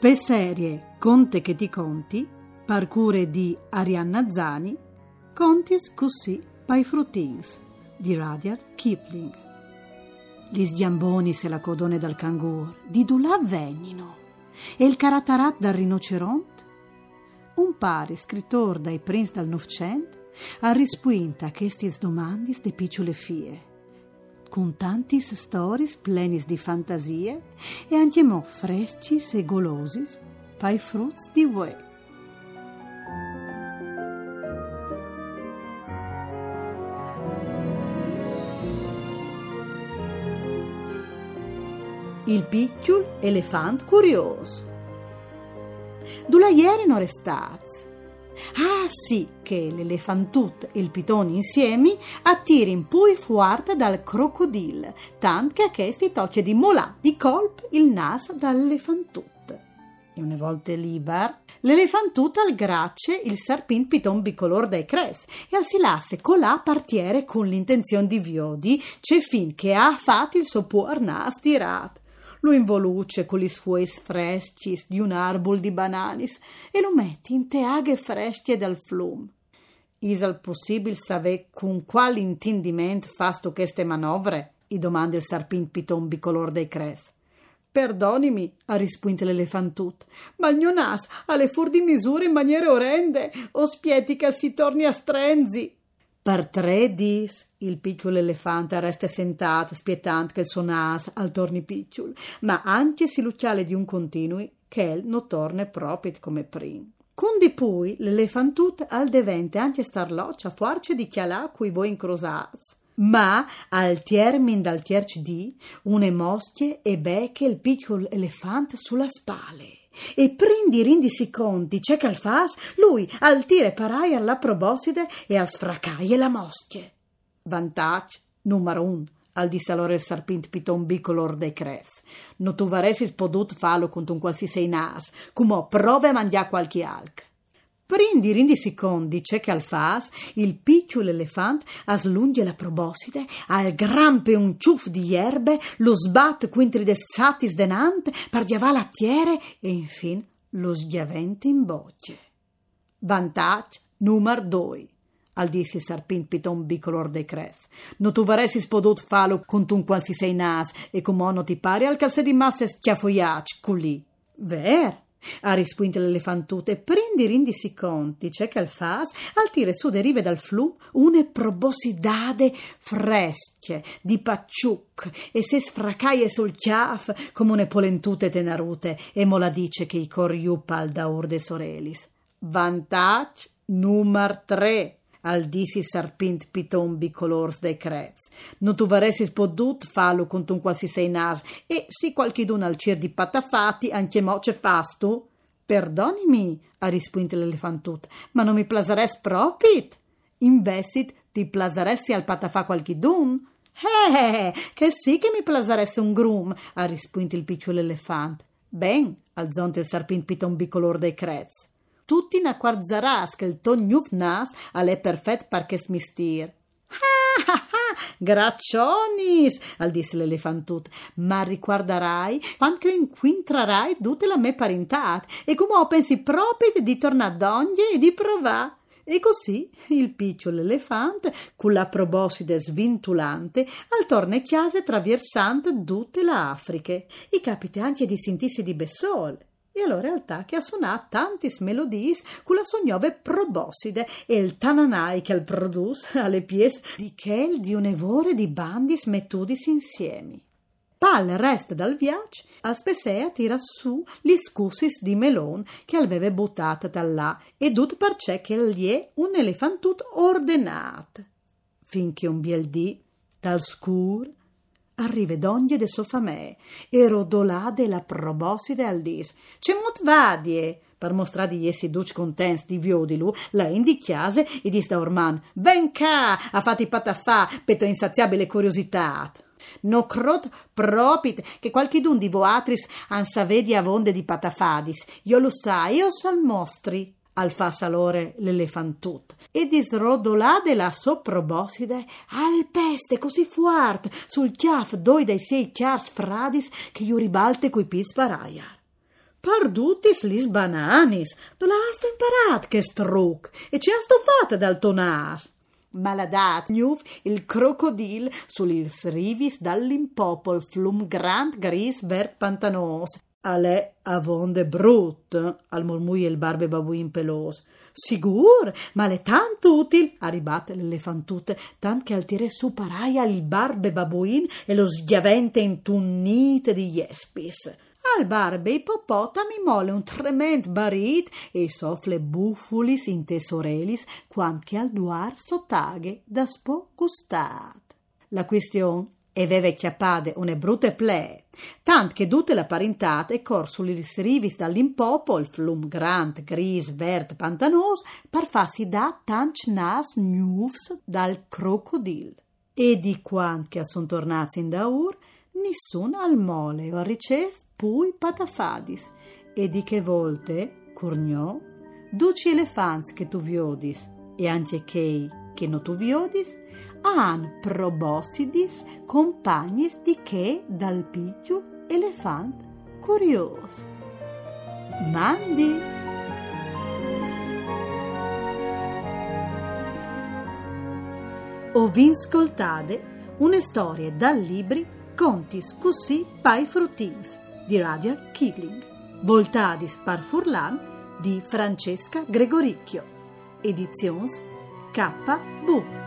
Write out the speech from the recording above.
Per serie Conte che ti conti, parcure di Arianna Zani, contis così pai fruttins di Rudyard Kipling. Gli sgiambonis e la codone dal cangur, di dulà vegnino, e il caratarat dal rinoceronte? Un pare scrittor dai prince dal Novecento ha rispunta questis domandis de picciole fie, con tantis storis plenis di fantasie e anche mo frescis e golosis pai fruts di ue. Il picciul elefant curioso. Dula ieri non restaz. Ah sì, che l'elefantut e il pitone insieme attirin pui fuarta dal crocodil, tant che a questi tocche di molà di colp il nas dall'elefantut. E una volta liber, l'elefantut al grazie il sarpin piton bicolor dai cres e al si lasse colà partiere con l'intenzione di viodi, c'è fin che ha fatto il suo puor nas tirat. Lo involuce con gli suoi frescis di un arbol di bananis e lo metti in teaghe fresche dal flum. Is al possibil save con qual intendiment fasto queste manovre? I domanda il sarpin piton bicolor dei cres. Perdonimi, ha rispunto l'elefantut, ma il mio nas ha le fur di misure in maniere orrende, o spieti che si torni a strenzi. Per 3 dis il piccolo elefante resta sentato, spietant che il suo nas al torni picciul, ma anche si lucciale di un continui che el non torne proprio come prim. Quindi poi l'elefantut al devente anche starloccia fuarce di chialà cui voi incrosaz. Ma al termine dal tierci di une mosche e becche il piccolo elefante sulla spalle. E prendi rindisi conti, c'è che al fas, lui al tire parai alla proboside e al sfracaie la moschie. Vantaggio numero 1, al disse allora il sarpint piton bicolor dei cres. Non tu varessis podut fallo con un qualsiasi nas, come prove a mangiare qualche alc. Prendi rindisi conti, c'è che al fas, il piccolo elefante aslunge la proboside, al grampe un ciuff di erbe, lo sbatte quintri de satis denante, per giavà lattiere e infin lo schiavente in bocce. Vantaggio numero 2, al disse il sarpin piton bicolor dei cres. Non tu varessis podut fallo con un qualsiasi nas e come non ti pare al calze di massa schiaffoiac, culì. Ver? Ha rispunto l'elefantut e prendi rindisi conti, c'è che al fas, al tire su derive dal flum une probosidade fresche di pacciuc e se sfracaie sul chiaf come une polentute tenarute e mo la dice che i coriupa al daur de sorelis. Vantaggio numero 3, al disi sarpint piton bicolors dei crez. Non tu varessis podut fallo con un qualsiasi nas e si qualchidun al cier di patafati anche mo ce fastu? Perdonimi, ha rispunto l'elefantut, ma non mi plasares propit. Investit ti plasaressi al patafà qualchidun? Che sì che mi plasaresse un grum, ha rispunto il piccolo elefant. Ben, alzonte il sarpint piton bicolor dei crez. Tutti n'acquarzaràs che il ton gnuf nas all'è perfet parches mistir. Graccionis, al disse l'elefantut, ma ricordarai quando inquintrarai tutte la me parentat e come pensi proprio di tornare d'ogni e di provare. E così il piccolo elefante, con la proboside svintulante, al torne chiase traversante tutte le Afriche. I capite anche di sentirsi di bessol. E allora in realtà che ha suonato tantis melodies con la sognove proboside e il tananai che al produs alle pies di quel di un'evore di bandis mettudis insieme. Pal rest dal viaggio, al spesea tira su gli scussis di melon che aveva buttata da là e dut perché che gli è un elefantut ordinat. Finché un biel dì, dal scur, arrive d'ogni de sofamè e rodolade la proboside al dis. C'è mut vadie, per mostrare di essi duc contents di viodilu, la indichiase e dis da orman, ven ca, a fatti patafà, petto insaziabile curiosità. No crot propit che qualchidun di voatris an savedi avonde di patafadis, io lo sai, io sal mostri. Al fa salore l'elefantut e disrodolade la soproboside al peste così fuart sul chiaf doi dei 6 chiars fradis che io ribalte coi pis paraiar. Pardutis lis bananis, dove hast imparat che struc, e ci hast fatta dal tonas? Maladat gnuv il crocodil sulis rivis dall'impopol flum grand gris vert pantanos. Alè avonde brut, al murmuglia il barbe babuin pelos. Sigur, ma l'è tanto util, a ribatte l'elefantute, tant che al tire su paraia il barbe babuin e lo schiavente intunnite di jespis. Al barbe ippopotami mole un trement barit e sofle buffulis in tesorelis quant che al duar sotaghe da spo gustat. La questione e veve chiappade une brutte ple, tant che tutte la parentate e corsulis rivis dall'impopol flum grand gris vert pantanos par farsi da tanch nas nuvs dal crocodil. E di quant che son tornati in daur, nissun al mole o riceve pui patafadis, e di che volte, curgnò, duci elefants che tu viodis, e anche chei che no tu viodis, han probossidis compagnis di che dal picciu elefant curios. Mandi! O vinscoltade une storie dal libri Contis così pai fruttins di Rudyard Kipling, Voltadis par Furlan di Francesca Gregoricchio, edizions K.V.